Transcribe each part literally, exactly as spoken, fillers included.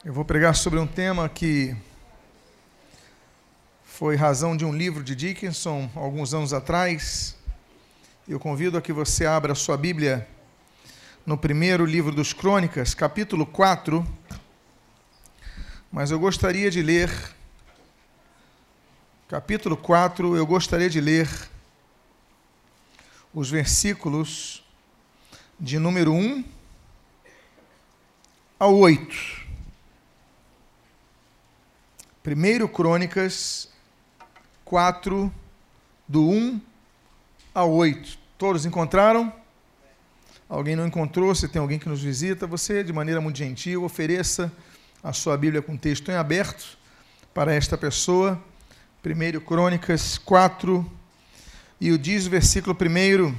Eu vou pregar sobre um tema que foi razão de um livro de Dickinson, alguns anos atrás. Eu convido a que você abra a sua Bíblia no primeiro livro dos Crônicas, capítulo quatro. Mas eu gostaria de ler, capítulo quatro, eu gostaria de ler os versículos de número um ao oito. Primeiro Crônicas quatro, do um ao oito. Todos encontraram? Alguém não encontrou? Se tem alguém que nos visita, você, de maneira muito gentil, ofereça a sua Bíblia com texto em aberto para esta pessoa. Primeiro Crônicas quatro, e o diz o versículo primeiro: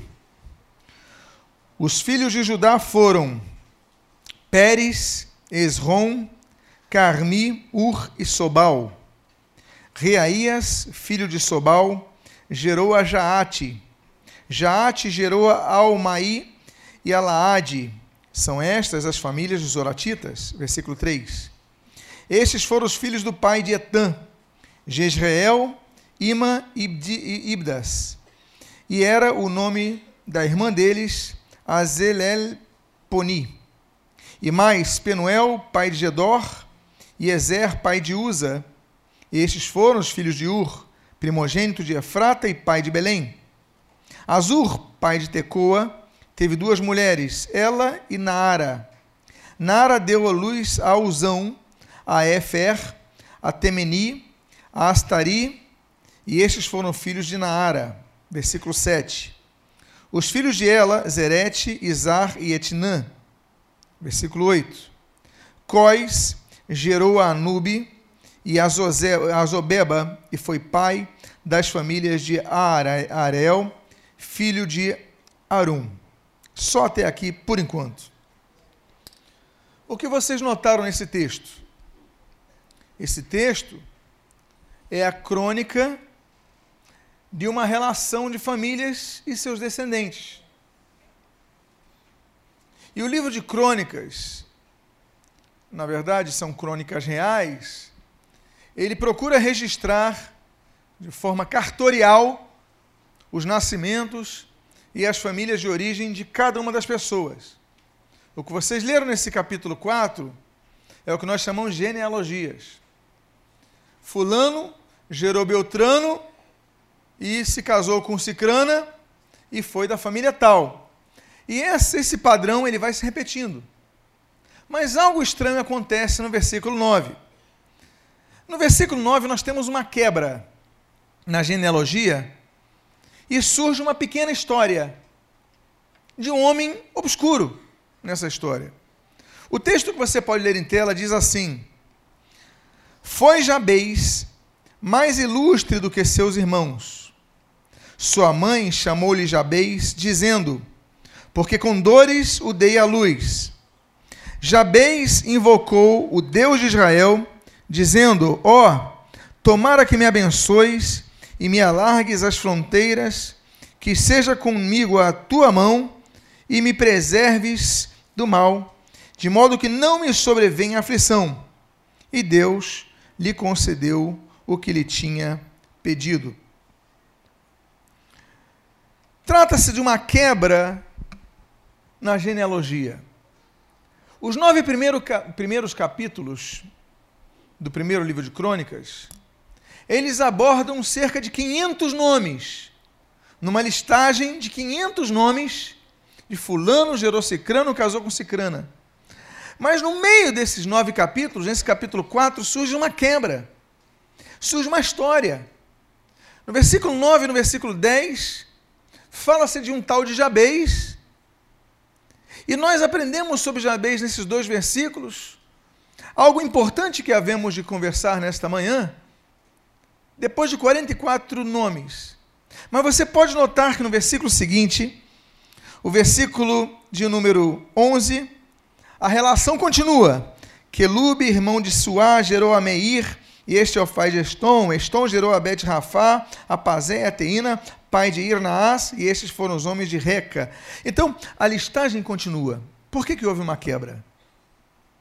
os filhos de Judá foram Pérez, Esrom, Carmi, Ur e Sobal. Reaías, filho de Sobal, gerou a Jaate. Jaate gerou a Almaí e a Laade. São estas as famílias dos Oratitas. Versículo três. Estes foram os filhos do pai de Etã, Jezreel, Ima e Ibdas. E era o nome da irmã deles, Azelelponi. E mais Penuel, pai de Gedor, e Ezer, pai de Uza. Estes foram os filhos de Ur, primogênito de Efrata e pai de Belém. Azur, pai de Tecoa, teve duas mulheres, Ela e Naara. Naara deu à luz a Uzão, a Efer, a Temeni, a Astari, e estes foram filhos de Naara. Versículo sete. Os filhos de Ela, Zerete, Izar e Etnã. Versículo oito. Cois gerou a Anube e a Zobeba, e foi pai das famílias de Arel, filho de Arum. Só até aqui, por enquanto. O que vocês notaram nesse texto? Esse texto é a crônica de uma relação de famílias e seus descendentes. E o livro de Crônicas, na verdade, são crônicas reais, ele procura registrar de forma cartorial os nascimentos e as famílias de origem de cada uma das pessoas. O que vocês leram nesse capítulo quatro é o que nós chamamos de genealogias. Fulano gerou Beltrano e se casou com Cicrana e foi da família tal. E esse, esse padrão ele vai se repetindo. Mas algo estranho acontece no versículo nove. No versículo nove nós temos uma quebra na genealogia e surge uma pequena história de um homem obscuro nessa história. O texto que você pode ler em tela diz assim: foi Jabez mais ilustre do que seus irmãos. Sua mãe chamou-lhe Jabez, dizendo: porque com dores o dei à luz. Jabez invocou o Deus de Israel, dizendo: ó, oh, tomara que me abençoes e me alargues as fronteiras, que seja comigo a tua mão e me preserves do mal, de modo que não me sobrevenha aflição. E Deus lhe concedeu o que lhe tinha pedido. Trata-se de uma quebra na genealogia. Os nove primeiro, primeiros capítulos do primeiro livro de Crônicas, eles abordam cerca de quinhentos nomes, numa listagem de quinhentos nomes de fulano, gerou Cicrano, casou com Cicrana. Mas no meio desses nove capítulos, nesse capítulo quatro, surge uma quebra, surge uma história. No versículo nove e no versículo dez, fala-se de um tal de Jabez. E nós aprendemos sobre Jabez nesses dois versículos algo importante que havemos de conversar nesta manhã, depois de quarenta e quatro nomes. Mas você pode notar que no versículo seguinte, o versículo de número onze, a relação continua. Quelube, irmão de Suá, gerou a Meir, e este é o pai de Estom. Estom gerou a Bet-Rafá, a Pazé e a Teína, pai de Irnaás, e estes foram os homens de Reca. Então, a listagem continua. Por que que houve uma quebra?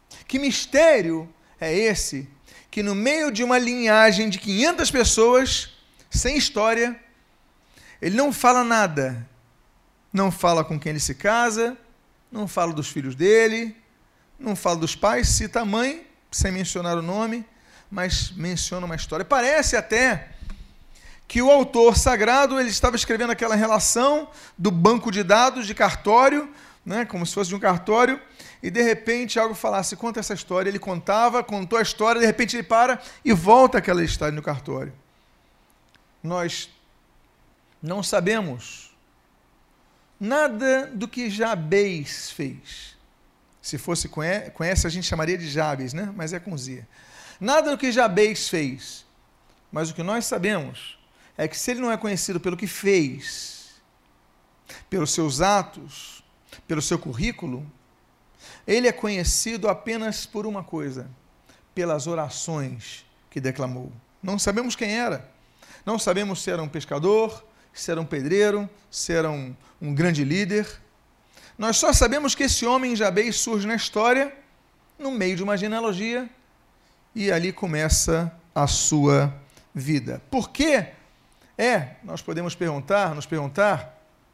Que mistério é esse que no meio de uma linhagem de quinhentas pessoas, sem história, ele não fala nada. Não fala com quem ele se casa, não fala dos filhos dele, não fala dos pais, cita a mãe, sem mencionar o nome, mas menciona uma história. Parece até que o autor sagrado ele estava escrevendo aquela relação do banco de dados de cartório, né, como se fosse de um cartório, e de repente algo falasse, conta essa história. Ele contava, contou a história, de repente ele para e volta aquela história no cartório. Nós não sabemos nada do que Jabez fez. Se fosse com essa, a gente chamaria de Jabes, né? Mas é com Z. Nada do que Jabez fez. Mas o que nós sabemos é que se ele não é conhecido pelo que fez, pelos seus atos, pelo seu currículo, ele é conhecido apenas por uma coisa, pelas orações que declamou. Não sabemos quem era. Não sabemos se era um pescador, se era um pedreiro, se era um, um grande líder. Nós só sabemos que esse homem, Jabez, surge na história, no meio de uma genealogia, e ali começa a sua vida. Por quê? É, nós podemos perguntar, nos perguntar.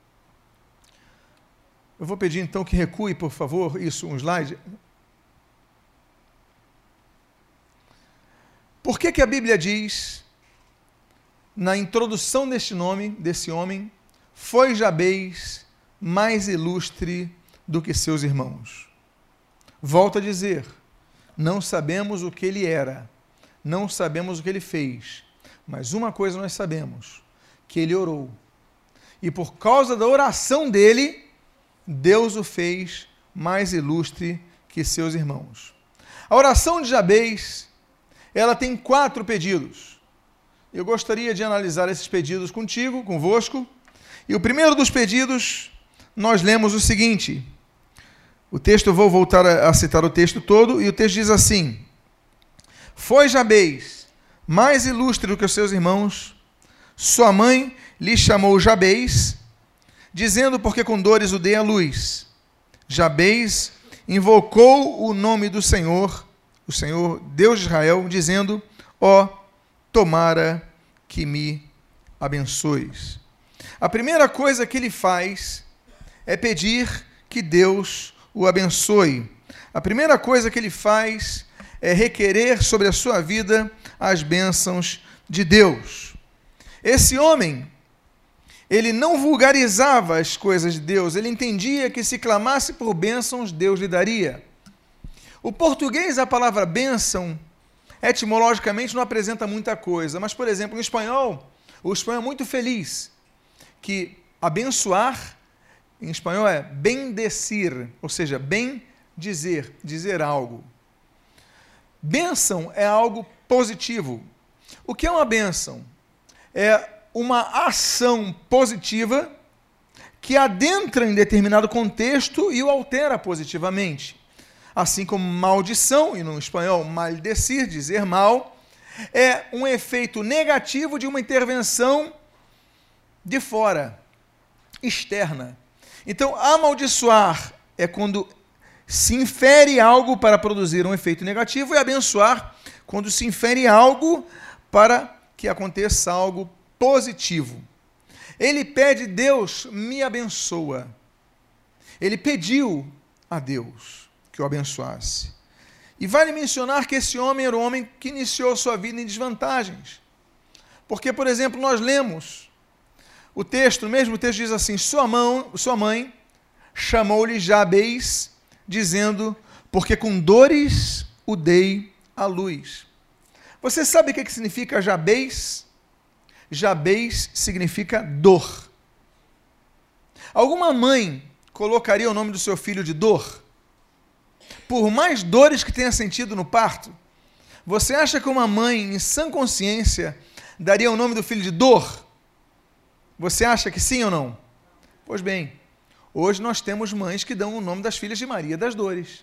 Eu vou pedir então que recue, por favor, isso, um slide. Por que que a Bíblia diz, na introdução deste nome, desse homem, foi Jabez mais ilustre do que seus irmãos? Volto a dizer, não sabemos o que ele era, não sabemos o que ele fez, mas uma coisa nós sabemos, que ele orou. E por causa da oração dele, Deus o fez mais ilustre que seus irmãos. A oração de Jabez, ela tem quatro pedidos. Eu gostaria de analisar esses pedidos contigo, convosco. E o primeiro dos pedidos, nós lemos o seguinte. O texto, eu vou voltar a, a citar o texto todo, e o texto diz assim: foi Jabez mais ilustre do que os seus irmãos, sua mãe lhe chamou Jabez, dizendo, porque com dores o dei à luz. Jabez invocou o nome do Senhor, o Senhor Deus de Israel, dizendo, ó, tomara que me abençoes. A primeira coisa que ele faz é pedir que Deus o abençoe. A primeira coisa que ele faz é requerer sobre a sua vida as bênçãos de Deus. Esse homem, ele não vulgarizava as coisas de Deus, ele entendia que se clamasse por bênçãos, Deus lhe daria. O português, a palavra bênção, etimologicamente não apresenta muita coisa, mas, por exemplo, no espanhol, o espanhol é muito feliz, que abençoar, em espanhol, é bendecir, ou seja, bem dizer, dizer algo. Bênção é algo positivo. O que é uma bênção? É uma ação positiva que adentra em determinado contexto e o altera positivamente. Assim como maldição, e no espanhol maldecir, dizer mal, é um efeito negativo de uma intervenção de fora, externa. Então, amaldiçoar é quando se infere algo para produzir um efeito negativo, e abençoar quando se infere algo para que aconteça algo positivo. Ele pede, Deus me abençoa. Ele pediu a Deus que o abençoasse. E vale mencionar que esse homem era um homem que iniciou sua vida em desvantagens. Porque, por exemplo, nós lemos o texto, o mesmo texto diz assim, sua, mão, sua mãe chamou-lhe Jabez, dizendo, porque com dores o dei à luz. Você sabe o que significa Jabez? Jabez significa dor. Alguma mãe colocaria o nome do seu filho de dor? Por mais dores que tenha sentido no parto, você acha que uma mãe, em sã consciência, daria o nome do filho de dor? Você acha que sim ou não? Pois bem, hoje nós temos mães que dão o nome das filhas de Maria das Dores.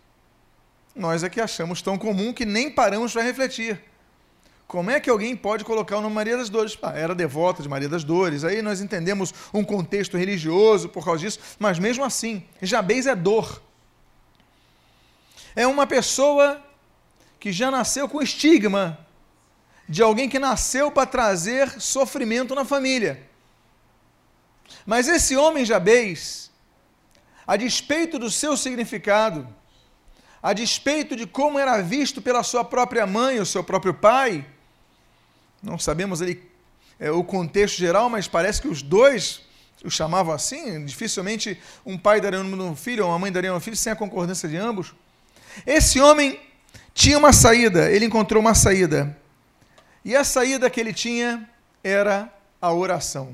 Nós é que achamos tão comum que nem paramos para refletir. Como é que alguém pode colocar o nome Maria das Dores? Ah, era devota de Maria das Dores. Aí nós entendemos um contexto religioso por causa disso, mas mesmo assim, Jabez é dor. é uma pessoa que já nasceu com estigma de alguém que nasceu para trazer sofrimento na família. Mas esse homem Jabez, a despeito do seu significado, a despeito de como era visto pela sua própria mãe, o seu próprio pai, não sabemos ali é, o contexto geral, mas parece que os dois o chamavam assim, dificilmente um pai daria o nome de um filho, ou uma mãe daria um filho, sem a concordância de ambos. Esse homem tinha uma saída, ele encontrou uma saída, e a saída que ele tinha era a oração.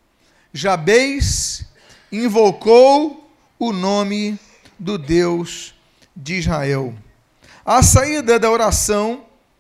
Jabez invocou o nome do Deus de Israel. A saída da oração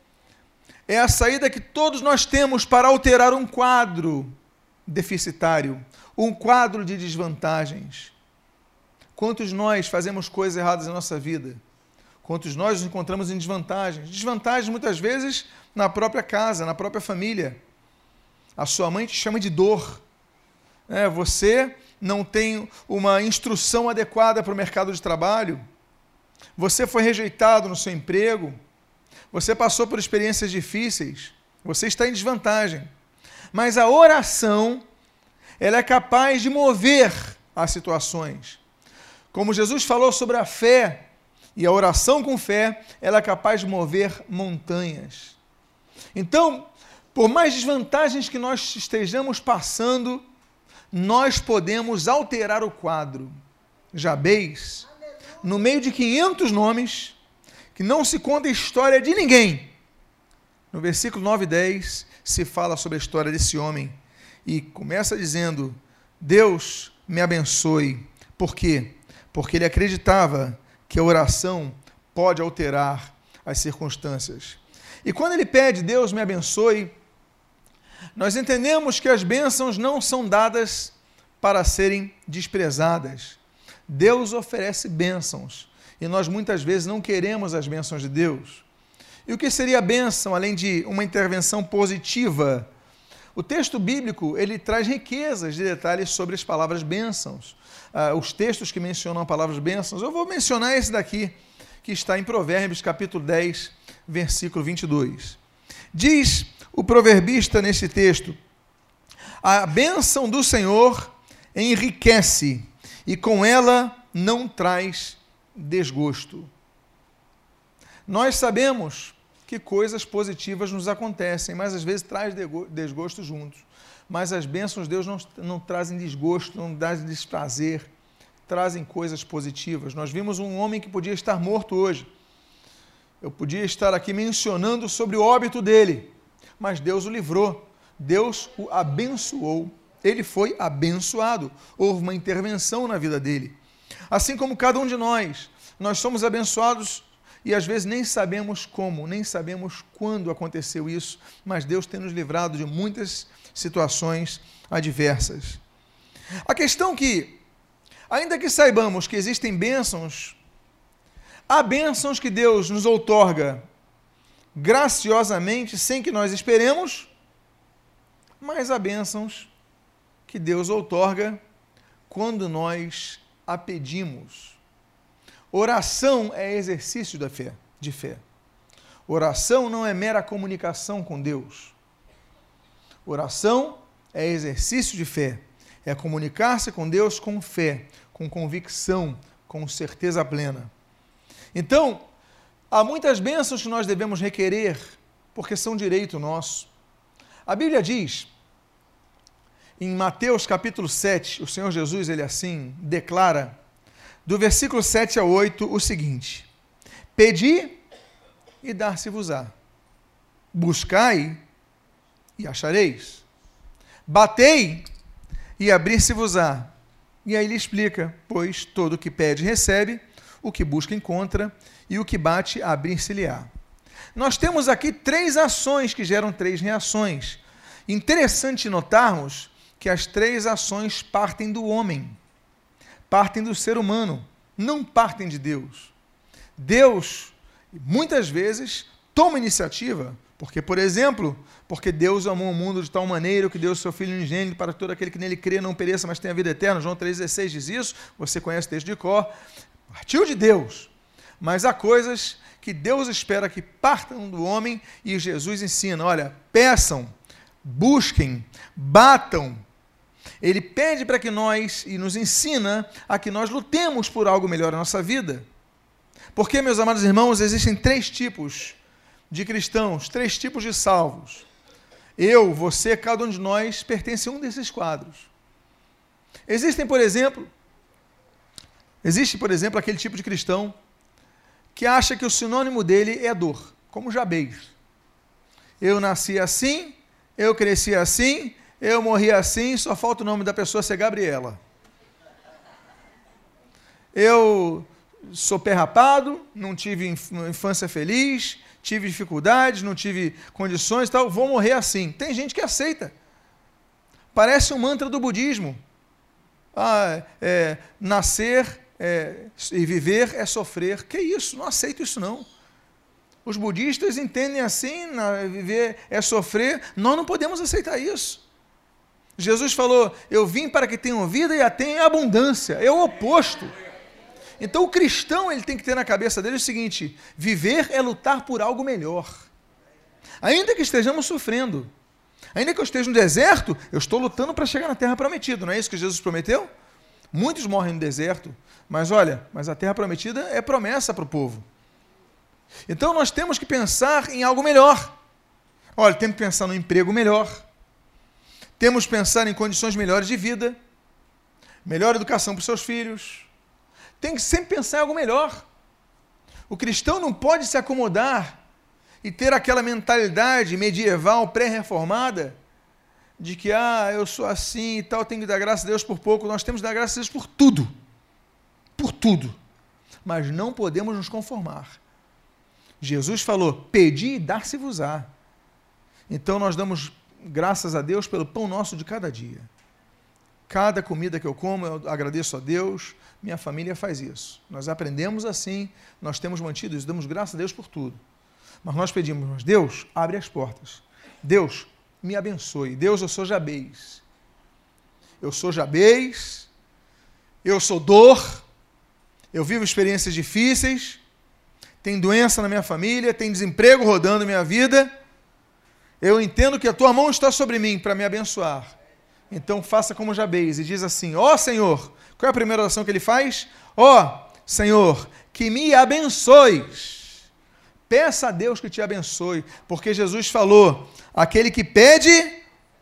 é a saída que todos nós temos para alterar um quadro deficitário, um quadro de desvantagens. Quantos nós fazemos coisas erradas na nossa vida? Quantos nós nos encontramos em desvantagens? Desvantagens muitas vezes na própria casa, na própria família. A sua mãe te chama de dor. É, você não tem uma instrução adequada para o mercado de trabalho. Você foi rejeitado no seu emprego. Você passou por experiências difíceis. Você está em desvantagem. Mas a oração, ela é capaz de mover as situações. Como Jesus falou sobre a fé, e a oração com fé, ela é capaz de mover montanhas. Então, por mais desvantagens que nós estejamos passando, nós podemos alterar o quadro. Jabez, no meio de quinhentos nomes, que não se conta a história de ninguém, no versículo nove e dez, se fala sobre a história desse homem, e começa dizendo, Deus me abençoe. Por quê? Porque ele acreditava que a oração pode alterar as circunstâncias. E quando ele pede, Deus me abençoe, nós entendemos que as bênçãos não são dadas para serem desprezadas. Deus oferece bênçãos, e nós muitas vezes não queremos as bênçãos de Deus. E o que seria a bênção, além de uma intervenção positiva? O texto bíblico, ele traz riquezas de detalhes sobre as palavras bênçãos. Uh, os textos que mencionam a palavra bênçãos, eu vou mencionar esse daqui, que está em Provérbios, capítulo dez, versículo vinte e dois. Diz o proverbista nesse texto, a bênção do Senhor enriquece, e com ela não traz desgosto. Nós sabemos que coisas positivas nos acontecem, mas às vezes traz desgosto juntos. Mas as bênçãos de Deus não, não trazem desgosto, não trazem desprazer, trazem coisas positivas. Nós vimos um homem que podia estar morto hoje. Eu podia estar aqui mencionando sobre o óbito dele, mas Deus o livrou, Deus o abençoou, ele foi abençoado, houve uma intervenção na vida dele. Assim como cada um de nós, nós somos abençoados e às vezes nem sabemos como, nem sabemos quando aconteceu isso, mas Deus tem nos livrado de muitas situações adversas. A questão que, ainda que saibamos que existem bênçãos, há bênçãos que Deus nos outorga graciosamente, sem que nós esperemos, mas há bênçãos que Deus outorga quando nós a pedimos. Oração é exercício da fé, de fé. Oração não é mera comunicação com Deus. Oração é exercício de fé, é comunicar-se com Deus com fé, com convicção, com certeza plena. Então, há muitas bênçãos que nós devemos requerer, porque são direito nosso. A Bíblia diz, em Mateus capítulo sete, o Senhor Jesus, ele assim declara, do versículo sete a oito, o seguinte, pedi e dar-se-vos-á, buscai e achareis, batei e abrir-se-vos-á. E aí ele explica, pois todo o que pede recebe, o que busca encontra, e o que bate abrir-se-lhe-á. Nós temos aqui três ações que geram três reações. Interessante notarmos que as três ações partem do homem, partem do ser humano, não partem de Deus. Deus, muitas vezes, toma iniciativa, porque, por exemplo, porque Deus amou o mundo de tal maneira que deu o seu Filho unigênito para todo aquele que nele crê não pereça, mas tenha vida eterna. João três dezesseis diz isso, você conhece o texto de cor. Partiu de Deus. Mas há coisas que Deus espera que partam do homem e Jesus ensina. Olha, peçam, busquem, batam. Ele pede para que nós, e nos ensina a que nós lutemos por algo melhor na nossa vida. Porque, meus amados irmãos, existem três tipos de cristãos, três tipos de salvos. Eu, você, cada um de nós pertence a um desses quadros. Existem, por exemplo, existe, por exemplo, aquele tipo de cristão que acha que o sinônimo dele é dor, como Jabez. Eu nasci assim, eu cresci assim, eu morri assim, só falta o nome da pessoa ser Gabriela. Eu sou pé rapado, não tive infância feliz, tive dificuldades, não tive condições e tal, vou morrer assim. Tem gente que aceita. Parece um mantra do budismo. Ah, é, nascer é, e viver é sofrer. Que isso? Não aceito isso não. Os budistas entendem assim, na, viver é sofrer. Nós não podemos aceitar isso. Jesus falou, eu vim para que tenham vida e a tenham em abundância. É o oposto. Então o cristão ele tem que ter na cabeça dele o seguinte, viver é lutar por algo melhor. Ainda que estejamos sofrendo, ainda que eu esteja no deserto, eu estou lutando para chegar na terra prometida, não é isso que Jesus prometeu? Muitos morrem no deserto, mas olha, mas a terra prometida é promessa para o povo. Então nós temos que pensar em algo melhor. Olha, temos que pensar no emprego melhor, temos que pensar em condições melhores de vida, melhor educação para os seus filhos. Tem que sempre pensar em algo melhor. O cristão não pode se acomodar e ter aquela mentalidade medieval, pré-reformada, de que, ah, eu sou assim e tal, tenho que dar graças a Deus por pouco. Nós temos que dar graças a Deus por tudo. Por tudo. Mas não podemos nos conformar. Jesus falou, pedi e dar-se-vos-á. Então nós damos graças a Deus pelo pão nosso de cada dia. Cada comida que eu como, eu agradeço a Deus, minha família faz isso. Nós aprendemos assim, nós temos mantido isso, damos graças a Deus por tudo. Mas nós pedimos, mas Deus, abre as portas. Deus, me abençoe. Deus, eu sou Jabez. Eu sou Jabez, eu sou dor, eu vivo experiências difíceis, tem doença na minha família, tem desemprego rodando na minha vida. Eu entendo que a tua mão está sobre mim para me abençoar. Então faça como Jabez e diz assim, ó Senhor, qual é a primeira oração que ele faz? Ó Senhor, que me abençoes. Peça a Deus que te abençoe, porque Jesus falou, aquele que pede,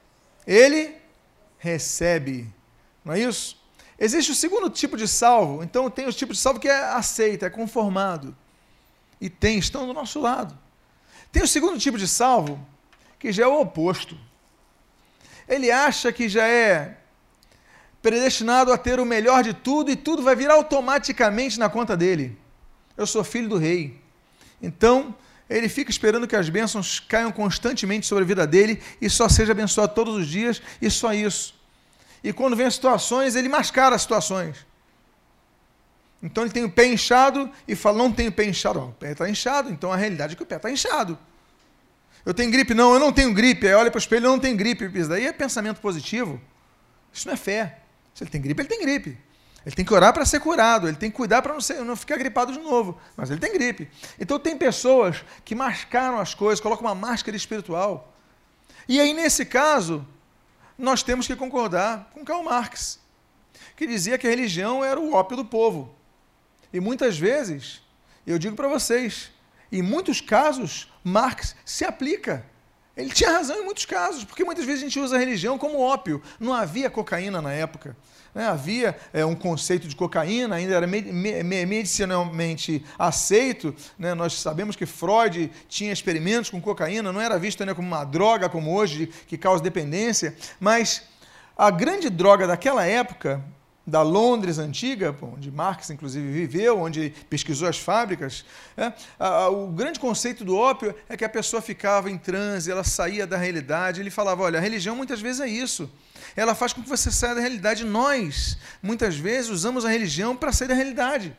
ele recebe. Não é isso? Existe o segundo tipo de salvo, então tem o tipo de salvo que é aceito, é conformado. E tem, estão do nosso lado. Tem o segundo tipo de salvo, que já é o oposto. Ele acha que já é predestinado a ter o melhor de tudo e tudo vai vir automaticamente na conta dele. Eu sou filho do rei. Então, ele fica esperando que as bênçãos caiam constantemente sobre a vida dele e só seja abençoado todos os dias e só isso. E quando vem as situações, ele mascara as situações. Então, ele tem o pé inchado e fala, não tenho pé inchado. Oh, o pé está inchado, então a realidade é que o pé está inchado. Eu tenho gripe? Não, eu não tenho gripe. Aí olha para o espelho, eu não tenho gripe. Isso daí é pensamento positivo. Isso não é fé. Se ele tem gripe, ele tem gripe. Ele tem que orar para ser curado. Ele tem que cuidar para não, ser, não ficar gripado de novo. Mas ele tem gripe. Então tem pessoas que mascaram as coisas, colocam uma máscara espiritual. E aí, nesse caso, nós temos que concordar com Karl Marx, que dizia que a religião era o ópio do povo. E muitas vezes, eu digo para vocês, em muitos casos, Marx se aplica. Ele tinha razão em muitos casos, porque muitas vezes a gente usa a religião como ópio. Não havia cocaína na época. Né? Havia é, um conceito de cocaína, ainda era me, me, medicinalmente aceito. Né? Nós sabemos que Freud tinha experimentos com cocaína, não era visto ainda como uma droga, como hoje, que causa dependência. Mas a grande droga daquela época, da Londres antiga, onde Marx, inclusive, viveu, onde pesquisou as fábricas, é, a, a, o grande conceito do ópio é que a pessoa ficava em transe, ela saía da realidade. Ele falava, olha, a religião muitas vezes é isso. Ela faz com que você saia da realidade. Nós, muitas vezes, usamos a religião para sair da realidade.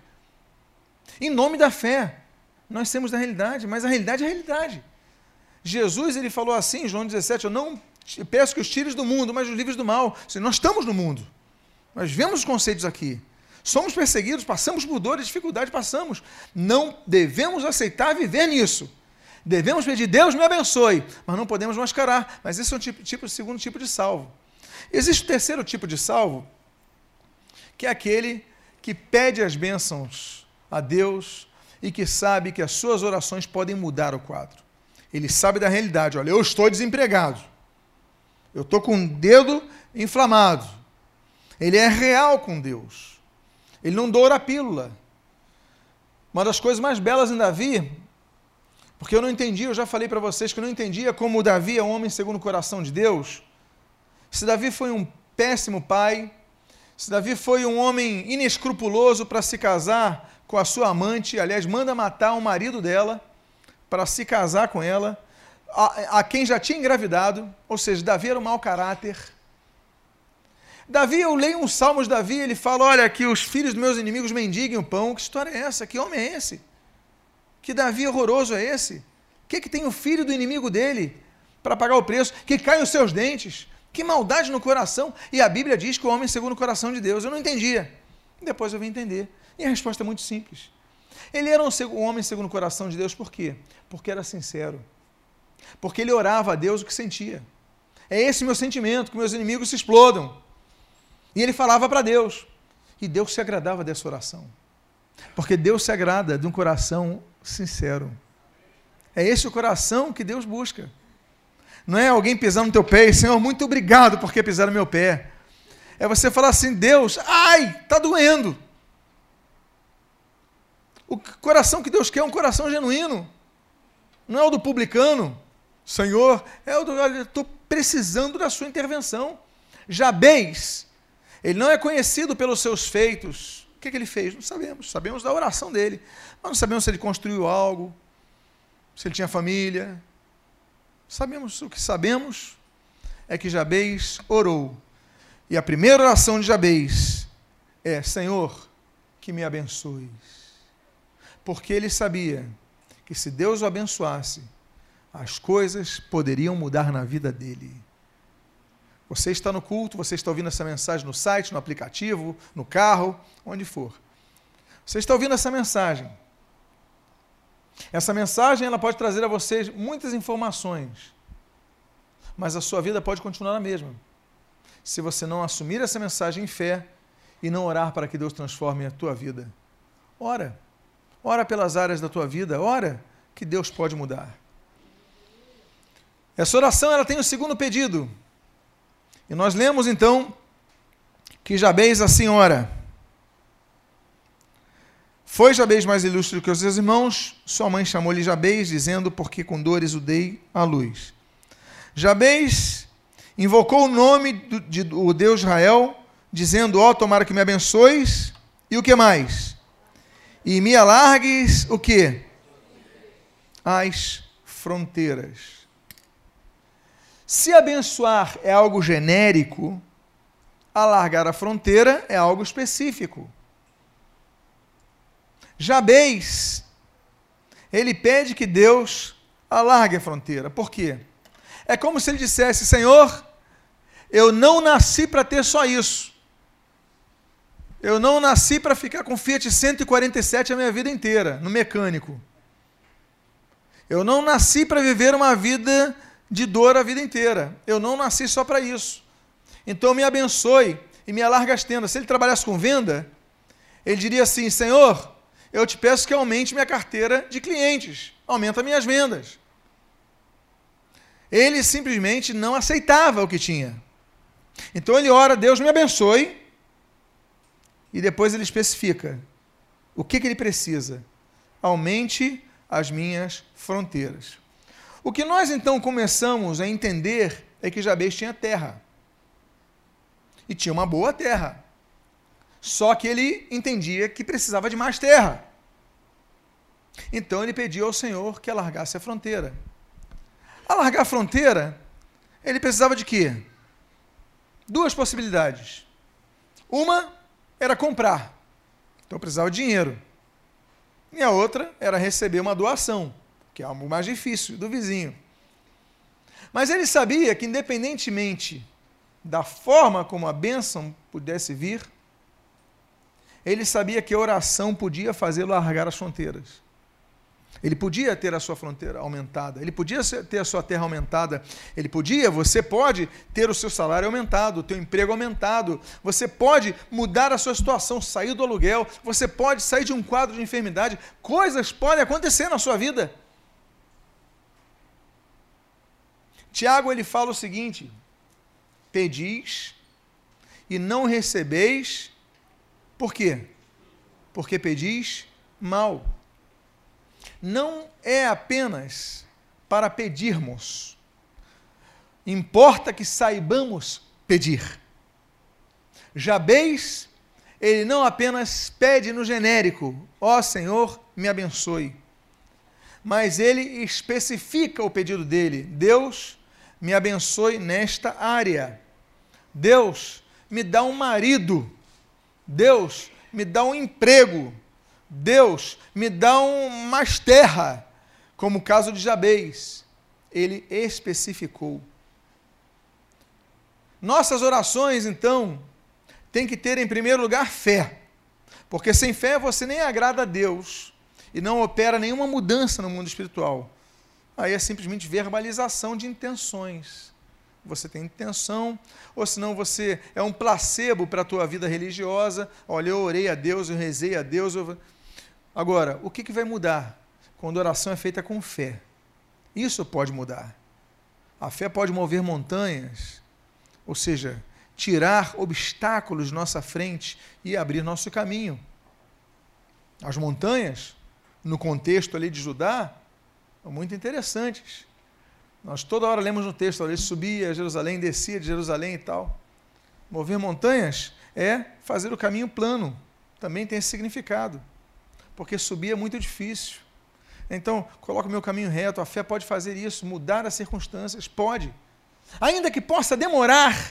Em nome da fé. Nós temos da realidade, mas a realidade é a realidade. Jesus, ele falou assim, em João dezessete, eu não peço que os tires do mundo, mas os livres do mal. Nós estamos no mundo. Nós vemos os conceitos aqui. Somos perseguidos, passamos por dores, dificuldades, passamos. Não devemos aceitar viver nisso. Devemos pedir, Deus me abençoe, mas não podemos mascarar. Mas esse é o tipo, tipo, segundo tipo de salvo. Existe o terceiro tipo de salvo, que é aquele que pede as bênçãos a Deus e que sabe que as suas orações podem mudar o quadro. Ele sabe da realidade. Olha, eu estou desempregado. Eu estou com o dedo inflamado. Ele é real com Deus. Ele não doura a pílula. Uma das coisas mais belas em Davi, porque eu não entendi, eu já falei para vocês que eu não entendia como Davi é um homem segundo o coração de Deus. Se Davi foi um péssimo pai, se Davi foi um homem inescrupuloso para se casar com a sua amante, aliás, manda matar o marido dela para se casar com ela, a, a quem já tinha engravidado, ou seja, Davi era um mau caráter. Davi, eu leio uns salmos de Davi, ele fala, olha, que os filhos dos meus inimigos mendiguem o pão. Que história é essa? Que homem é esse? Que Davi horroroso é esse? O que, que tem o filho do inimigo dele para pagar o preço? Que caem os seus dentes? Que maldade no coração. E a Bíblia diz que o homem é segundo o coração de Deus. Eu não entendia. Depois eu vim entender. E a resposta é muito simples. Ele era um homem segundo o coração de Deus por quê? Porque era sincero. Porque ele orava a Deus o que sentia. É esse o meu sentimento, que meus inimigos se explodam. E ele falava para Deus. E Deus se agradava dessa oração. Porque Deus se agrada de um coração sincero. É esse o coração que Deus busca. Não é alguém pisando no teu pé e, Senhor, muito obrigado porque pisaram no meu pé. É você falar assim, Deus, ai, está doendo. O coração que Deus quer é um coração genuíno. Não é o do publicano. Senhor, é o do, olha, estou precisando da sua intervenção. Jabez, ele não é conhecido pelos seus feitos. O que, que ele fez? Não sabemos. Sabemos da oração dele. Mas não sabemos se ele construiu algo, se ele tinha família. Sabemos, o que sabemos é que Jabez orou. E a primeira oração de Jabez é, Senhor, que me abençoes. Porque ele sabia que se Deus o abençoasse, as coisas poderiam mudar na vida dele. Você está no culto, você está ouvindo essa mensagem no site, no aplicativo, no carro, onde for. Você está ouvindo essa mensagem. Essa mensagem ela pode trazer a vocês muitas informações, mas a sua vida pode continuar a mesma. Se você não assumir essa mensagem em fé e não orar para que Deus transforme a tua vida. Ora. Ora pelas áreas da tua vida, ora que Deus pode mudar. Essa oração ela tem o segundo pedido. E nós lemos então que Jabez assim ora. Foi Jabez mais ilustre que os seus irmãos, sua mãe chamou-lhe Jabez, dizendo, porque com dores o dei à luz. Jabez invocou o nome do, de, do Deus de Israel, dizendo, ó, tomara que me abençoes, e o que mais? E me alargues o quê? As fronteiras. Se abençoar é algo genérico, alargar a fronteira é algo específico. Jabez, ele pede que Deus alargue a fronteira. Por quê? É como se ele dissesse, Senhor, eu não nasci para ter só isso. Eu não nasci para ficar com Fiat cento e quarenta e sete a minha vida inteira, no mecânico. Eu não nasci para viver uma vida de dor a vida inteira. Eu não nasci só para isso. Então me abençoe e me alarga as tendas. Se ele trabalhasse com venda, ele diria assim, Senhor, eu te peço que aumente minha carteira de clientes, aumenta minhas vendas. Ele simplesmente não aceitava o que tinha. Então ele ora, Deus me abençoe, e depois ele especifica o que, que ele precisa. Aumente as minhas fronteiras. O que nós então começamos a entender é que Jabez tinha terra. E tinha uma boa terra. Só que ele entendia que precisava de mais terra. Então ele pediu ao Senhor que alargasse a fronteira. Alargar a fronteira, ele precisava de quê? Duas possibilidades. Uma era comprar. Então precisava de dinheiro. E a outra era receber uma doação, que é algo mais difícil, do vizinho. Mas ele sabia que, independentemente da forma como a bênção pudesse vir, Ele sabia que a oração podia fazê-lo largar as fronteiras. Ele podia ter a sua fronteira aumentada, ele podia ter a sua terra aumentada, ele podia, você pode ter o seu salário aumentado, o teu emprego aumentado, você pode mudar a sua situação, sair do aluguel, você pode sair de um quadro de enfermidade, coisas podem acontecer na sua vida. Tiago, ele fala o seguinte: pedis e não recebeis, por quê? Porque pedis mal. Não é apenas para pedirmos, importa que saibamos pedir. Jabez, ele não apenas pede no genérico, ó Senhor, me abençoe, mas ele especifica o pedido dele: Deus, me abençoe nesta área, Deus, me dá um marido, Deus, me dá um emprego, Deus, me dá um, mais terra, como o caso de Jabez. Ele especificou. Nossas orações, então, têm que ter, em primeiro lugar, fé, porque sem fé você nem agrada a Deus e não opera nenhuma mudança no mundo espiritual. Aí é simplesmente verbalização de intenções. Você tem intenção, ou senão você é um placebo para a tua vida religiosa. Olha, eu orei a Deus, eu rezei a Deus. Eu... Agora, o que, que vai mudar quando a oração é feita com fé? Isso pode mudar. A fé pode mover montanhas, ou seja, tirar obstáculos de nossa frente e abrir nosso caminho. As montanhas, no contexto ali de Judá, são muito interessantes. Nós toda hora lemos no texto, ele subia a Jerusalém, descia de Jerusalém e tal. Mover montanhas é fazer o caminho plano, também tem esse significado, porque subir é muito difícil. Então, coloca o meu caminho reto, a fé pode fazer isso, mudar as circunstâncias, pode. Ainda que possa demorar,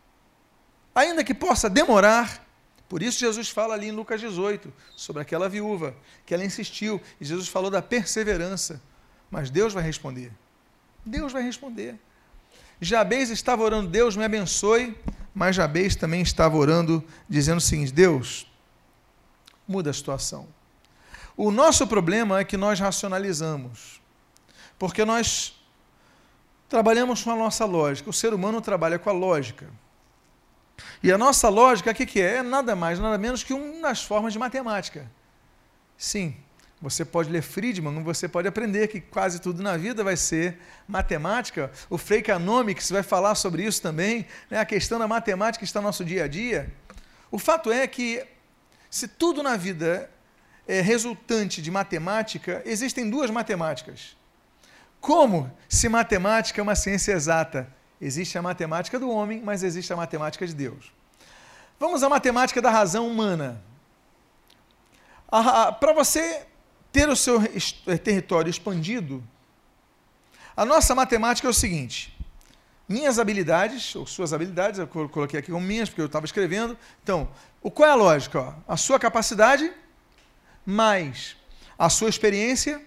ainda que possa demorar, por isso Jesus fala ali em Lucas dezoito, sobre aquela viúva, que ela insistiu, e Jesus falou da perseverança, mas Deus vai responder. Deus vai responder. Jabez estava orando, Deus me abençoe, mas Jabez também estava orando, dizendo o seguinte: Deus, muda a situação. O nosso problema é que nós racionalizamos, porque nós trabalhamos com a nossa lógica. O ser humano trabalha com a lógica. E a nossa lógica, o que, que é? É nada mais, nada menos que uma das formas de matemática. Sim, você pode ler Friedman, você pode aprender que quase tudo na vida vai ser matemática. O Freakonomics vai falar sobre isso também, né? A questão da matemática está no nosso dia a dia. O fato é que, se tudo na vida é resultante de matemática, existem duas matemáticas. Como se matemática é uma ciência exata? Existe a matemática do homem, mas existe a matemática de Deus. Vamos à matemática da razão humana. Para você ter o seu território expandido, a nossa matemática é o seguinte: minhas habilidades, ou suas habilidades, eu coloquei aqui como minhas, porque eu estava escrevendo. Então, qual é a lógica? Ó, a sua capacidade, mais a sua experiência,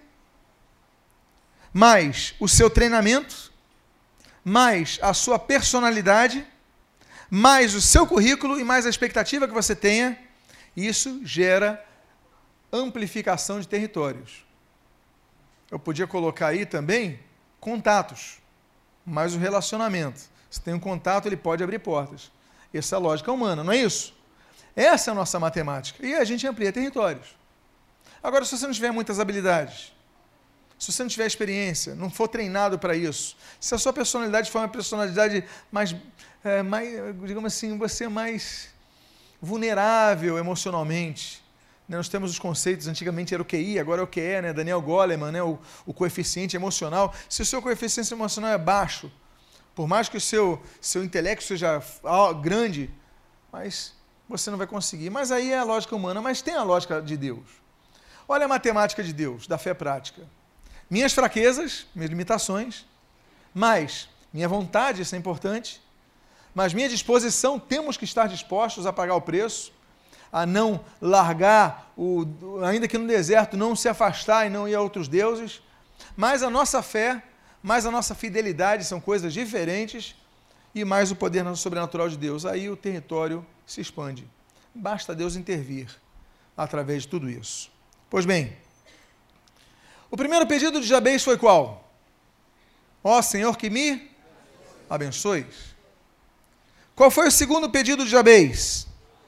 mais o seu treinamento, mais a sua personalidade, mais o seu currículo e mais a expectativa que você tenha. Isso gera amplificação de territórios. Eu podia colocar aí também contatos, mais o relacionamento. Se tem um contato, ele pode abrir portas. Essa é a lógica humana, não é isso? Essa é a nossa matemática. E a gente amplia territórios. Agora, se você não tiver muitas habilidades, se você não tiver experiência, não for treinado para isso, se a sua personalidade for uma personalidade mais, é, mais, digamos assim, você é mais vulnerável emocionalmente, né? Nós temos os conceitos, antigamente era o Q I, agora é o Q E, né? Daniel Goleman, né? o, o coeficiente emocional. Se o seu coeficiente emocional é baixo, por mais que o seu, seu intelecto seja grande, mas você não vai conseguir. Mas aí é a lógica humana, mas tem a lógica de Deus. Olha a matemática de Deus, da fé prática. Minhas fraquezas, minhas limitações, mas minha vontade, isso é importante, mas minha disposição, temos que estar dispostos a pagar o preço, a não largar, o, ainda que no deserto, não se afastar e não ir a outros deuses, mas a nossa fé, mais a nossa fidelidade, são coisas diferentes, e mais o poder sobrenatural de Deus. Aí o território se expande. Basta Deus intervir. através de tudo isso. Pois bem, o primeiro pedido de Jabez foi qual? Ó Senhor, que me abençoes. Qual foi o segundo pedido de Jabez?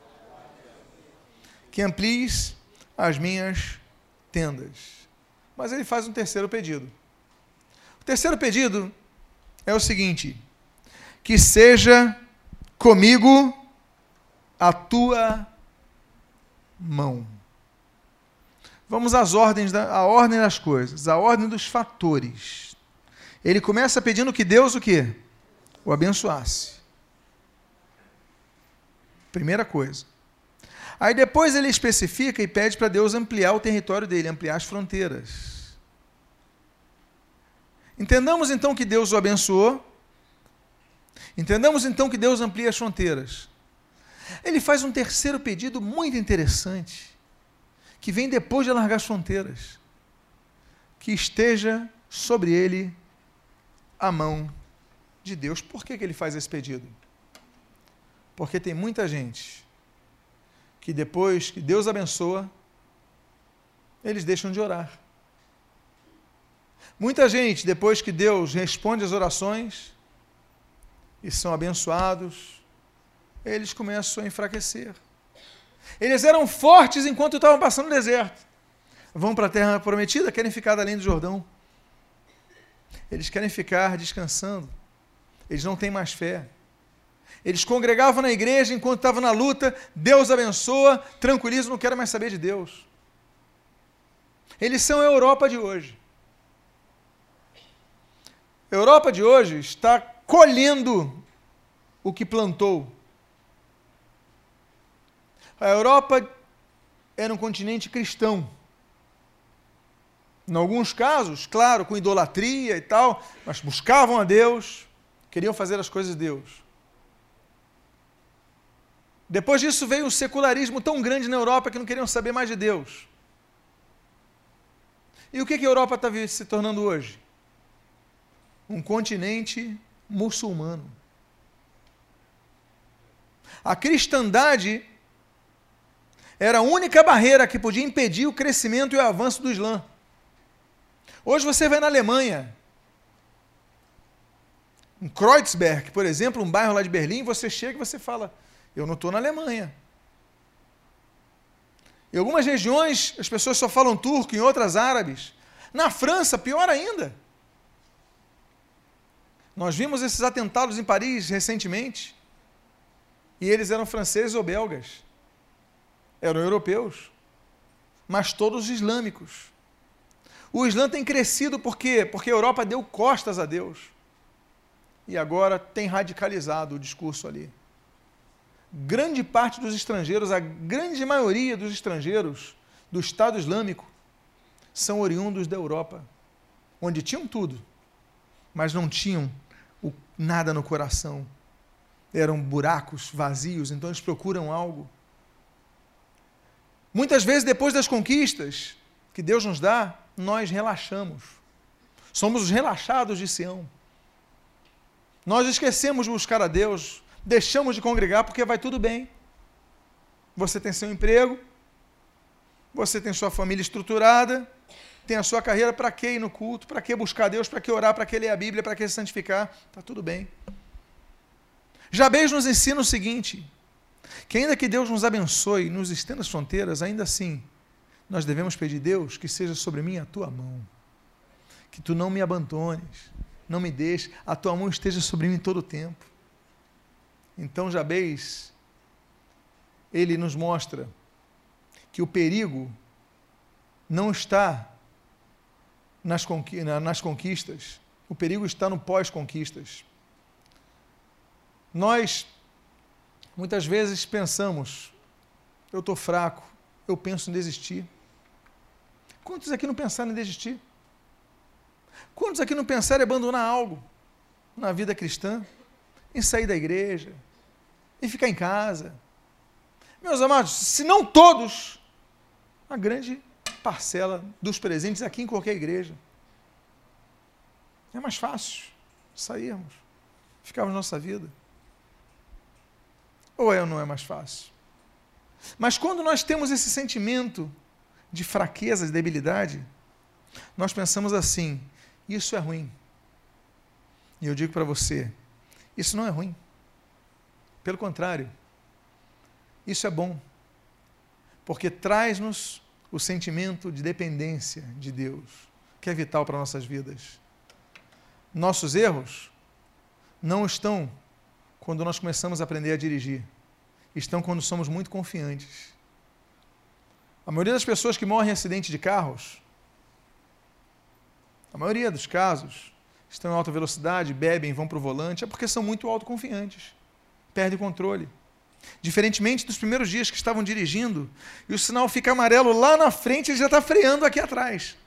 Que amplies as minhas tendas. Mas ele faz um terceiro pedido. O terceiro pedido é o seguinte: que seja comigo a tua mão. Vamos às ordens, da, a ordem das coisas, a ordem dos fatores. Ele começa pedindo que Deus o quê? O abençoasse. Primeira coisa. Aí depois ele especifica e pede para Deus ampliar o território dele, ampliar as fronteiras. Entendamos então que Deus o abençoou. Entendamos então que Deus amplia as fronteiras. Ele faz um terceiro pedido muito interessante, que vem depois de alargar as fronteiras. Que esteja sobre ele a mão de Deus. Por que que ele faz esse pedido? Porque tem muita gente que depois que Deus abençoa, eles deixam de orar. Muita gente, depois que Deus responde às orações e são abençoados, eles começam a enfraquecer. Eles eram fortes enquanto estavam passando no deserto. Vão para a terra prometida, querem ficar além do Jordão. Eles querem ficar descansando. Eles não têm mais fé. Eles congregavam na igreja enquanto estavam na luta, Deus abençoa, tranquiliza, não quero mais saber de Deus. Eles são a Europa de hoje. A Europa de hoje está colhendo o que plantou. A Europa era um continente cristão. Em alguns casos, claro, com idolatria e tal, mas buscavam a Deus, queriam fazer as coisas de Deus. Depois disso veio um secularismo tão grande na Europa que não queriam saber mais de Deus. E o que, que a Europa está se tornando hoje? Um continente muçulmano. A cristandade era a única barreira que podia impedir o crescimento e o avanço do Islã. Hoje você vai na Alemanha, em Kreuzberg, por exemplo, um bairro lá de Berlim, você chega e você fala: eu não estou na Alemanha. Em algumas regiões, as pessoas só falam turco, em outras árabes. Na França, pior ainda. Nós vimos esses atentados em Paris recentemente, e eles eram franceses ou belgas. Eram europeus, mas todos islâmicos. O Islã tem crescido por quê? Porque a Europa deu costas a Deus. E agora tem radicalizado o discurso ali. Grande parte dos estrangeiros, a grande maioria dos estrangeiros do Estado Islâmico são oriundos da Europa, onde tinham tudo, mas não tinham o, nada no coração. Eram buracos vazios, então eles procuram algo. Muitas vezes, depois das conquistas que Deus nos dá, nós relaxamos. Somos os relaxados de Sião. Nós esquecemos de buscar a Deus, deixamos de congregar porque vai tudo bem. Você tem seu emprego, você tem sua família estruturada, tem a sua carreira, para que ir no culto, para que buscar Deus, para que orar, para que ler a Bíblia, para que se santificar, está tudo bem. Jabez nos ensina o seguinte, que ainda que Deus nos abençoe, nos estenda as fronteiras, ainda assim, nós devemos pedir a Deus que seja sobre mim a tua mão, que tu não me abandones, não me deixes, a tua mão esteja sobre mim todo o tempo. Então Jabez, ele nos mostra que o perigo não está nas, conqui- nas conquistas, o perigo está no pós-conquistas. Nós, muitas vezes, pensamos, eu estou fraco, eu penso em desistir. Quantos aqui não pensaram em desistir? Quantos aqui não pensaram em abandonar algo na vida cristã? Em sair da igreja, em ficar em casa? Meus amados, se não todos, a grande parcela dos presentes aqui em qualquer igreja. É mais fácil sairmos, ficarmos na nossa vida. Ou é ou não é mais fácil? Mas quando nós temos esse sentimento de fraqueza, de debilidade, nós pensamos assim, isso é ruim. E eu digo para você, isso não é ruim. Pelo contrário, isso é bom. Porque traz-nos o sentimento de dependência de Deus, que é vital para nossas vidas. Nossos erros não estão quando nós começamos a aprender a dirigir. Estão quando somos muito confiantes. A maioria das pessoas que morrem em acidente de carros, a maioria dos casos, estão em alta velocidade, bebem, vão para o volante, é porque são muito autoconfiantes. Perdem o controle. Diferentemente dos primeiros dias que estavam dirigindo, e o sinal fica amarelo lá na frente, ele já está freando aqui atrás.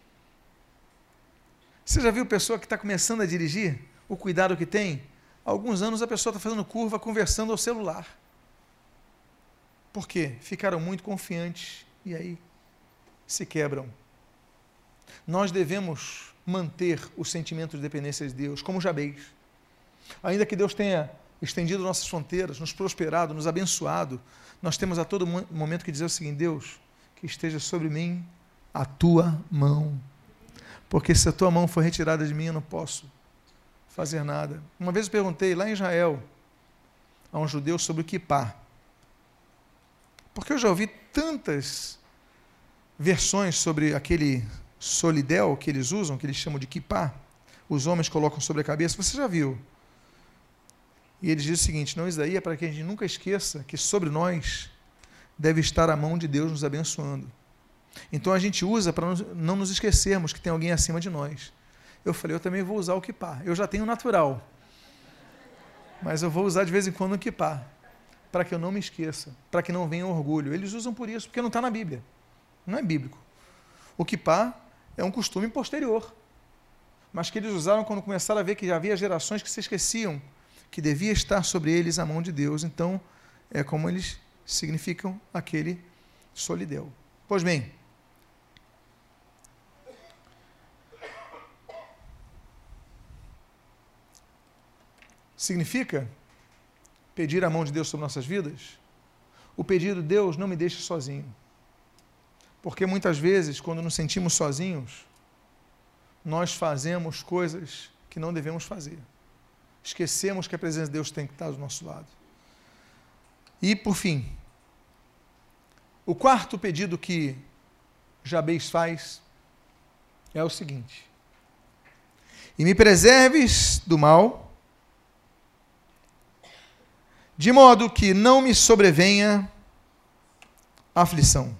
Você já viu pessoa que está começando a dirigir? O cuidado que tem? Há alguns anos a pessoa está fazendo curva, conversando ao celular. Por quê? Ficaram muito confiantes e aí se quebram. Nós devemos manter o sentimento de dependência de Deus, como Jabez. Ainda que Deus tenha estendido nossas fronteiras, nos prosperado, nos abençoado, nós temos a todo momento que dizer o seguinte: Deus, que esteja sobre mim a tua mão, porque se a tua mão for retirada de mim, eu não posso fazer nada. Uma vez eu perguntei lá em Israel a um judeu sobre o kippá, porque eu já ouvi tantas versões sobre aquele solidel que eles usam, que eles chamam de kippá, os homens colocam sobre a cabeça. Você já viu? E ele diz o seguinte: não, isso daí é para que a gente nunca esqueça que sobre nós deve estar a mão de Deus nos abençoando. Então a gente usa para não nos esquecermos que tem alguém acima de nós. Eu falei, eu também vou usar o kippá. Eu já tenho o natural, mas eu vou usar de vez em quando o kippá, para que eu não me esqueça, para que não venha orgulho. Eles usam por isso, porque não está na Bíblia. Não é bíblico. O kippá é um costume posterior, mas que eles usaram quando começaram a ver que já havia gerações que se esqueciam que devia estar sobre eles a mão de Deus. Então, é como eles significam aquele solidel. Pois bem, significa pedir a mão de Deus sobre nossas vidas? O pedido: Deus, não me deixe sozinho. Porque muitas vezes, quando nos sentimos sozinhos, nós fazemos coisas que não devemos fazer. Esquecemos que a presença de Deus tem que estar do nosso lado. E, por fim, o quarto pedido que Jabez faz é o seguinte: e me preserves do mal, de modo que não me sobrevenha aflição.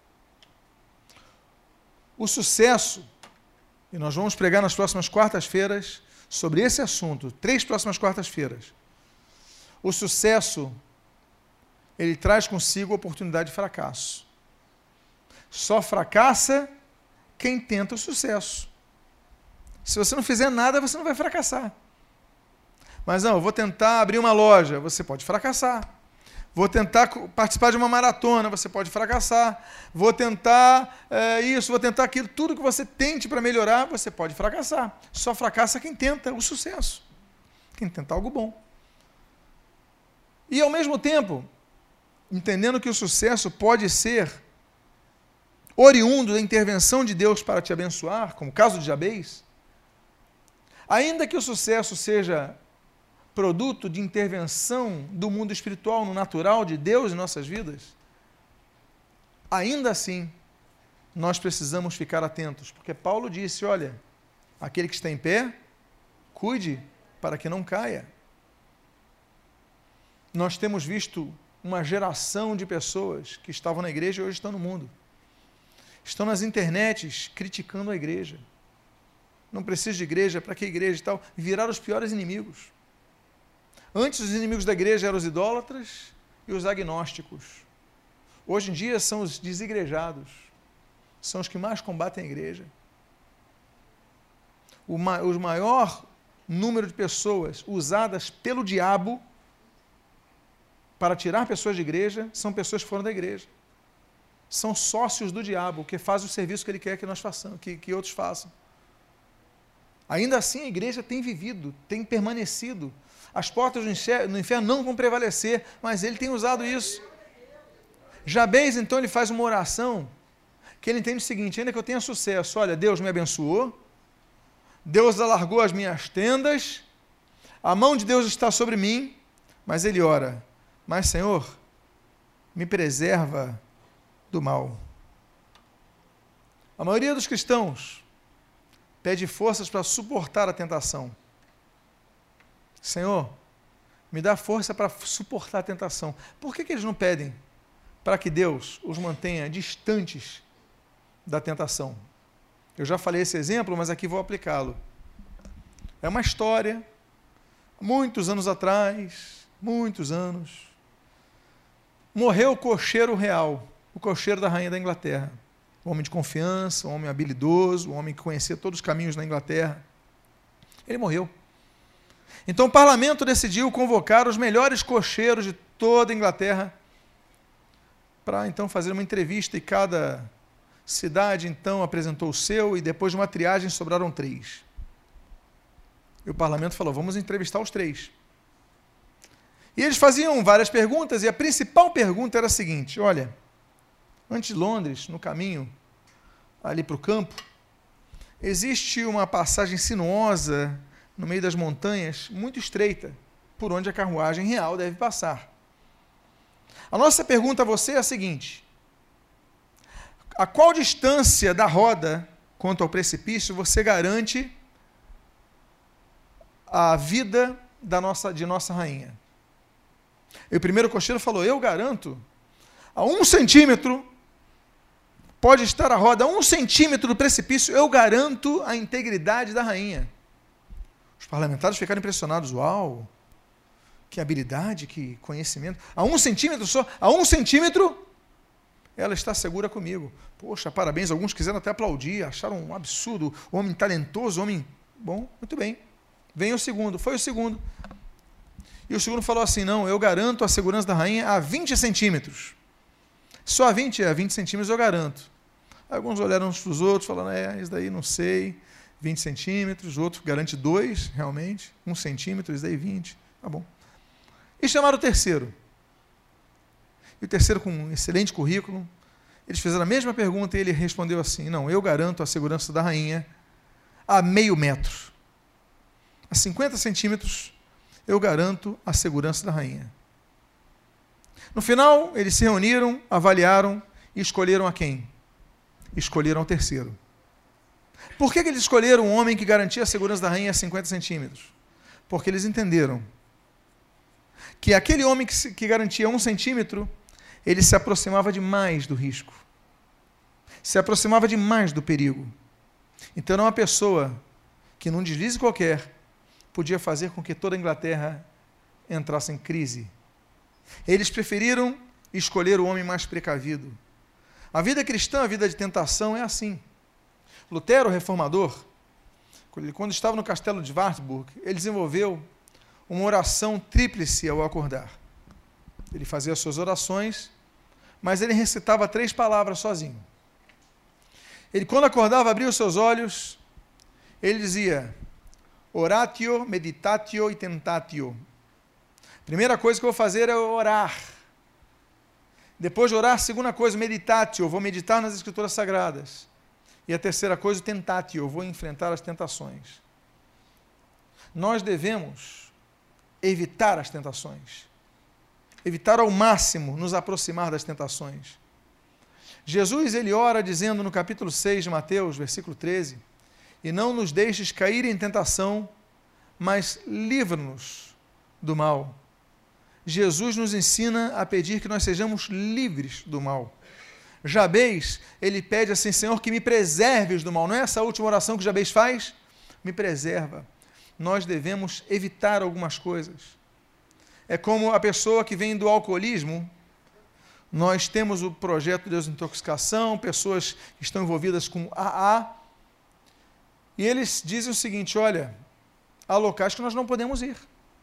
O sucesso, e nós vamos pregar nas próximas quartas-feiras sobre esse assunto, três próximas quartas-feiras. O sucesso, ele traz consigo a oportunidade de fracasso. Só fracassa quem tenta o sucesso. Se você não fizer nada, você não vai fracassar. Mas não, eu vou tentar abrir uma loja, você pode fracassar. Vou tentar participar de uma maratona, você pode fracassar. Vou tentar é, isso, vou tentar aquilo. Tudo que você tente para melhorar, você pode fracassar. Só fracassa quem tenta o sucesso. Quem tenta algo bom. E, ao mesmo tempo, entendendo que o sucesso pode ser oriundo da intervenção de Deus para te abençoar, como o caso de Jabez, ainda que o sucesso seja produto de intervenção do mundo espiritual, no natural de Deus em nossas vidas, ainda assim, nós precisamos ficar atentos, porque Paulo disse, olha, aquele que está em pé, cuide para que não caia. Nós temos visto uma geração de pessoas que estavam na igreja e hoje estão no mundo. Estão nas internets criticando a igreja. Não precisa de igreja, para que igreja e tal? Viraram os piores inimigos. Antes, os inimigos da igreja eram os idólatras e os agnósticos. Hoje em dia, são os desigrejados. São os que mais combatem a igreja. O, ma- o maior número de pessoas usadas pelo diabo para tirar pessoas de igreja são pessoas que foram da igreja. São sócios do diabo, que fazem o serviço que ele quer que nós façamos, que, que outros façam. Ainda assim, a igreja tem vivido, tem permanecido. As portas do inferno não vão prevalecer, mas ele tem usado isso. Jabez, então, ele faz uma oração que ele entende o seguinte: ainda que eu tenha sucesso, olha, Deus me abençoou, Deus alargou as minhas tendas, a mão de Deus está sobre mim, mas ele ora, mas Senhor, me preserva do mal. A maioria dos cristãos pede forças para suportar a tentação. Senhor, me dá força para suportar a tentação. Por que que eles não pedem para que Deus os mantenha distantes da tentação? Eu já falei esse exemplo, mas aqui vou aplicá-lo. É uma história, muitos anos atrás, muitos anos, morreu o cocheiro real, o cocheiro da rainha da Inglaterra. Um homem de confiança, um homem habilidoso, um homem que conhecia todos os caminhos da Inglaterra. Ele morreu. Então o parlamento decidiu convocar os melhores cocheiros de toda a Inglaterra para então fazer uma entrevista, e cada cidade então apresentou o seu, e depois de uma triagem sobraram três. E o parlamento falou, vamos entrevistar os três. E eles faziam várias perguntas, e a principal pergunta era a seguinte: olha, antes de Londres, no caminho ali para o campo, existe uma passagem sinuosa no meio das montanhas, muito estreita, por onde a carruagem real deve passar. A nossa pergunta a você é a seguinte: a qual distância da roda quanto ao precipício você garante a vida da nossa, de nossa rainha? E o primeiro cocheiro falou, eu garanto, a um centímetro, pode estar a roda a um centímetro do precipício, eu garanto a integridade da rainha. Os parlamentares ficaram impressionados, uau, que habilidade, que conhecimento. A um centímetro só, a um centímetro, ela está segura comigo. Poxa, parabéns, alguns quiseram até aplaudir, acharam um absurdo, homem talentoso, homem bom, muito bem. Vem o segundo, foi o segundo. E o segundo falou assim, não, eu garanto a segurança da rainha a vinte centímetros. Só a vinte, a vinte centímetros eu garanto. Alguns olharam uns para os outros, falando, é, isso daí não sei, vinte centímetros, o outro garante dois, realmente, um centímetro, isso daí vinte, tá bom. E chamaram o terceiro. E o terceiro, com um excelente currículo, eles fizeram a mesma pergunta e ele respondeu assim, não, eu garanto a segurança da rainha a meio metro. A cinquenta centímetros, eu garanto a segurança da rainha. No final, eles se reuniram, avaliaram e escolheram a quem? Escolheram o terceiro. Por que que eles escolheram um homem que garantia a segurança da rainha a cinquenta centímetros? Porque eles entenderam que aquele homem que, se, que garantia um centímetro, ele se aproximava demais do risco. Se aproximava demais do perigo. Então, era uma pessoa que, num deslize qualquer, podia fazer com que toda a Inglaterra entrasse em crise. Eles preferiram escolher o homem mais precavido. A vida cristã, a vida de tentação é assim. Lutero, o reformador, quando estava no castelo de Wartburg, ele desenvolveu uma oração tríplice ao acordar. Ele fazia as suas orações, mas ele recitava três palavras sozinho. Ele, quando acordava, abria os seus olhos, ele dizia, oratio, meditatio e tentatio. Primeira coisa que eu vou fazer é orar. Depois de orar, segunda coisa, meditatio, eu vou meditar nas Escrituras Sagradas. E a terceira coisa, tentatio, eu vou enfrentar as tentações. Nós devemos evitar as tentações. Evitar ao máximo nos aproximar das tentações. Jesus, ele ora dizendo no capítulo seis de Mateus, versículo treze, e não nos deixes cair em tentação, mas livra-nos do mal. Jesus nos ensina a pedir que nós sejamos livres do mal. Jabez, ele pede assim, Senhor, que me preserves do mal. Não é essa a última oração que Jabez faz? Me preserva. Nós devemos evitar algumas coisas. É como a pessoa que vem do alcoolismo. Nós temos o projeto de desintoxicação, pessoas que estão envolvidas com A A, e eles dizem o seguinte, olha, há locais que nós não podemos ir.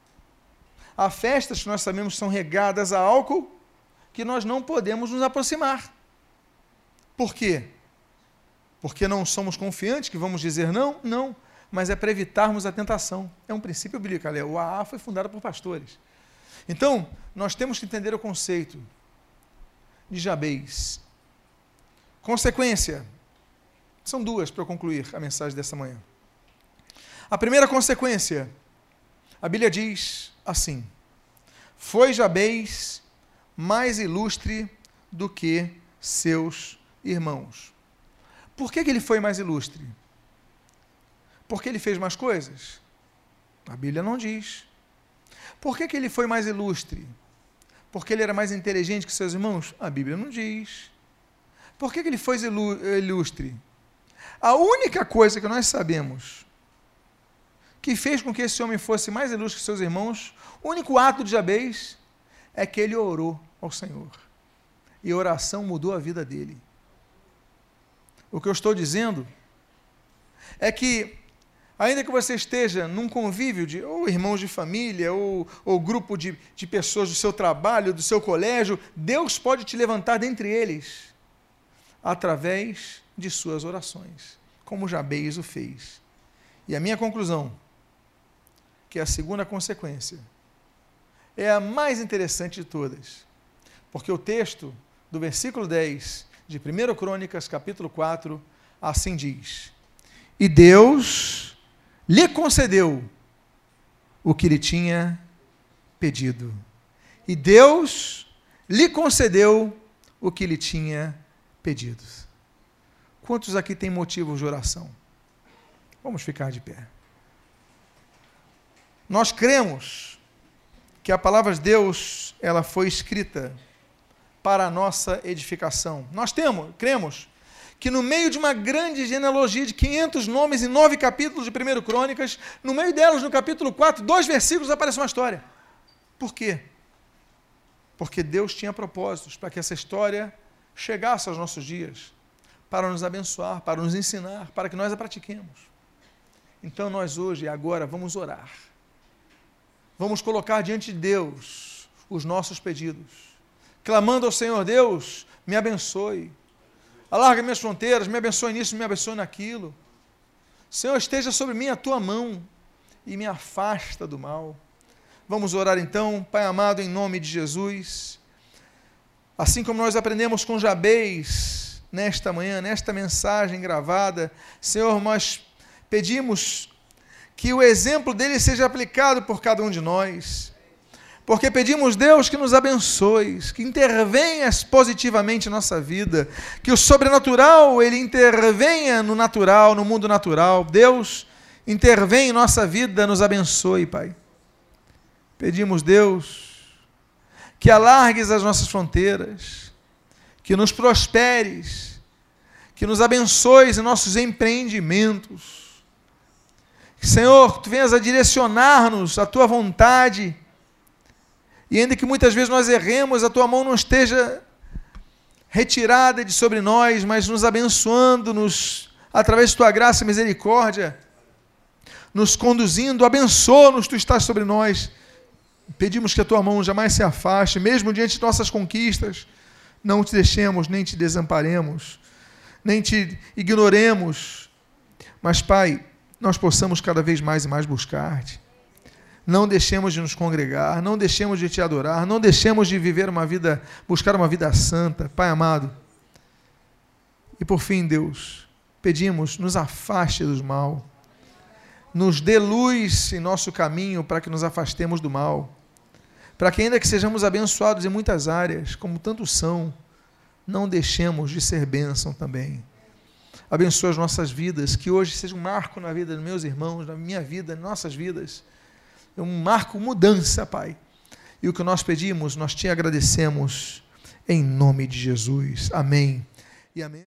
Há festas que nós sabemos que são regadas a álcool, que nós não podemos nos aproximar. Por quê? Porque não somos confiantes que vamos dizer não? Não, mas é para evitarmos a tentação. É um princípio bíblico, o A A foi fundado por pastores. Então, nós temos que entender o conceito de Jabez. Consequência. São duas para eu concluir a mensagem dessa manhã. A primeira consequência, a Bíblia diz assim: foi Jabez mais ilustre do que seus irmãos. Por que que ele foi mais ilustre? Porque ele fez mais coisas? A Bíblia não diz. Por que que ele foi mais ilustre? Porque ele era mais inteligente que seus irmãos? A Bíblia não diz. Por que que ele foi ilustre? A única coisa que nós sabemos que fez com que esse homem fosse mais ilustre que seus irmãos, o único ato de Jabez é que ele orou ao Senhor. E a oração mudou a vida dele. O que eu estou dizendo é que, ainda que você esteja num convívio de ou irmãos de família, ou, ou grupo de, de pessoas do seu trabalho, do seu colégio, Deus pode te levantar dentre eles, através de suas orações, como Jabez o fez. E a minha conclusão, que é a segunda consequência, é a mais interessante de todas, porque o texto do versículo dez de primeira Crônicas, capítulo quatro, assim diz: e Deus lhe concedeu o que lhe tinha pedido. E Deus lhe concedeu o que lhe tinha pedido. Quantos aqui têm motivos de oração? Vamos ficar de pé. Nós cremos que a palavra de Deus, ela foi escrita para a nossa edificação. Nós temos, cremos que no meio de uma grande genealogia de quinhentos nomes em nove capítulos de primeira Crônicas, no meio delas, no capítulo quatro, dois versículos, aparece uma história. Por quê? Porque Deus tinha propósitos para que essa história chegasse aos nossos dias, para nos abençoar, para nos ensinar, para que nós a pratiquemos. Então nós hoje e agora vamos orar. Vamos colocar diante de Deus os nossos pedidos, clamando ao Senhor: Deus, me abençoe, alarga minhas fronteiras, me abençoe nisso, me abençoe naquilo. Senhor, esteja sobre mim a tua mão e me afasta do mal. Vamos orar então, Pai amado, em nome de Jesus. Assim como nós aprendemos com Jabez nesta manhã, nesta mensagem gravada, Senhor, nós pedimos que o exemplo dele seja aplicado por cada um de nós, porque pedimos, Deus, que nos abençoes, que intervenhas positivamente em nossa vida, que o sobrenatural, ele intervenha no natural, no mundo natural. Deus, intervém em nossa vida, nos abençoe, Pai. Pedimos, Deus, que alargues as nossas fronteiras, que nos prosperes, que nos abençoes em nossos empreendimentos. Senhor, que Tu venhas a direcionar-nos à Tua vontade, e ainda que muitas vezes nós erremos, a Tua mão não esteja retirada de sobre nós, mas nos abençoando-nos através de Tua graça e misericórdia, nos conduzindo, abençoa-nos, Tu estás sobre nós. Pedimos que a Tua mão jamais se afaste, mesmo diante de nossas conquistas, não Te deixemos, nem Te desamparemos, nem Te ignoremos, mas, Pai, nós possamos cada vez mais e mais buscar-Te. Não deixemos de nos congregar, não deixemos de Te adorar, não deixemos de viver uma vida, buscar uma vida santa, Pai amado. E por fim, Deus, pedimos, nos afaste do mal, nos dê luz em nosso caminho para que nos afastemos do mal, para que ainda que sejamos abençoados em muitas áreas, como tantos são, não deixemos de ser bênção também. Abençoa as nossas vidas, que hoje seja um marco na vida dos meus irmãos, na minha vida, em nossas vidas, um marco mudança, Pai. E o que nós pedimos, nós Te agradecemos, em nome de Jesus. Amém e amém.